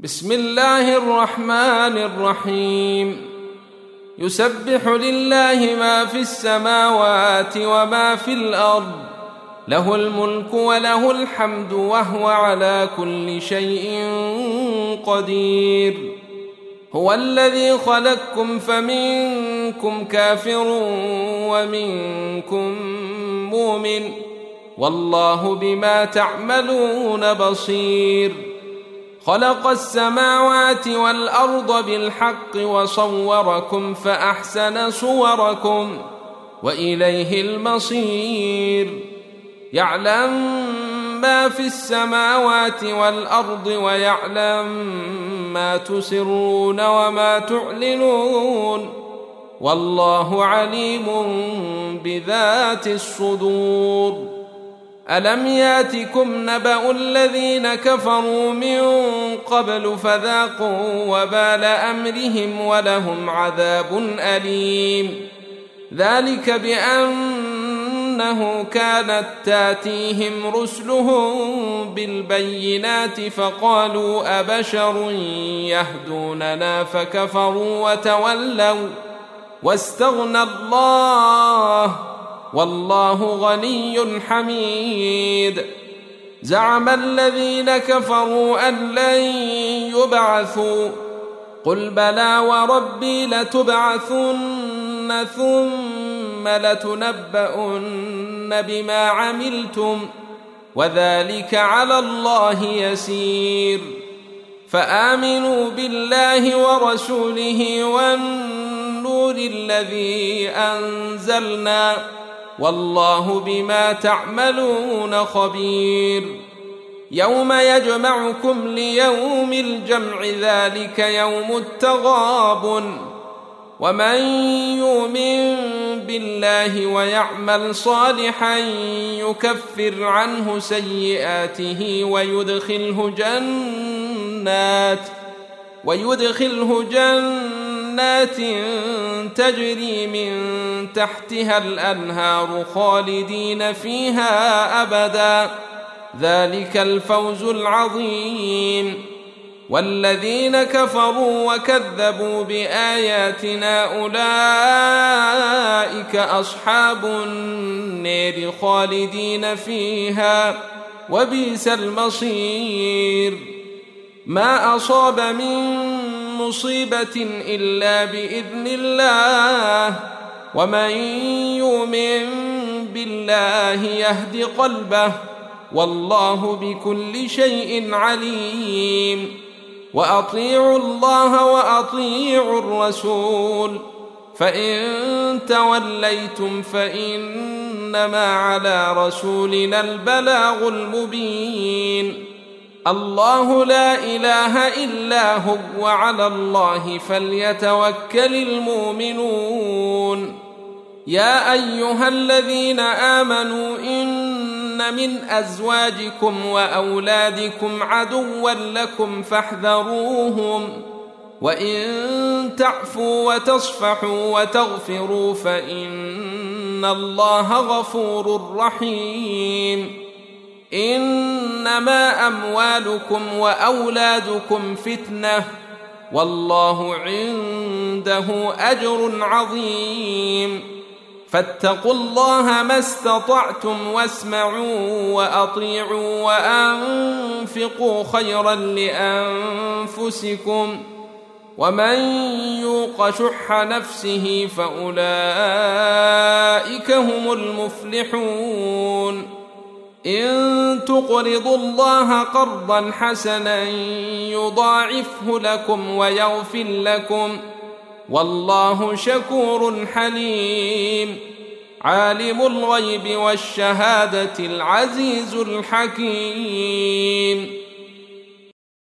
بسم الله الرحمن الرحيم. يسبح لله ما في السماوات وما في الأرض، له الملك وله الحمد وهو على كل شيء قدير. هو الذي خلقكم فمنكم كافر ومنكم مؤمن، والله بما تعملون بصير. خلق السماوات والأرض بالحق وصوركم فأحسن صوركم وإليه المصير. يعلم ما في السماوات والأرض ويعلم ما تسرون وما تعلنون، والله عليم بذات الصدور. ألم ياتكم نبأ الذين كفروا من قبل فذاقوا وبال أمرهم ولهم عذاب أليم. ذلك بأنه كانت تاتيهم رسلهم بالبينات فقالوا أبشر يهدوننا فكفروا وتولوا واستغنى الله والله غني حميد. زعم الذين كفروا أن لن يبعثوا، قل بلى وربي لتبعثن ثم لتنبؤن بما عملتم وذلك على الله يسير. فآمنوا بالله ورسوله والنور الذي أنزلنا، والله بما تعملون خبير. يوم يجمعكم ليوم الجمع ذلك يوم التغابن. ومن يؤمن بالله ويعمل صالحا يكفر عنه سيئاته ويدخله جنات تجري من تحتها الأنهار خالدين فيها أبدا، ذلك الفوز العظيم. والذين كفروا وكذبوا بآياتنا أولئك أصحاب النار خالدين فيها وبئس المصير. ما أصاب من مصيبة إلا بإذن الله، ومن يؤمن بالله يهد قلبه، والله بكل شيء عليم. وأطيعوا الله وأطيعوا الرسول، فإن توليتم فإنما على رسولنا البلاغ المبين. الله لا إله إلا هو وعلى الله فليتوكل المؤمنون. يا أيها الذين آمنوا إن من أزواجكم وأولادكم عدوا لكم فاحذروهم، وإن تعفوا وتصفحوا وتغفروا فإن الله غفور رحيم. إنما أموالكم وأولادكم فتنة، والله عنده أجر عظيم. فاتقوا الله ما استطعتم واسمعوا وأطيعوا وأنفقوا خيرا لأنفسكم، ومن يوق شح نفسه فأولئك هم المفلحون. إن تقرضوا الله قرضا حسنا يضاعفه لكم ويغفر لكم، والله شكور حليم. عالم الغيب والشهادة العزيز الحكيم.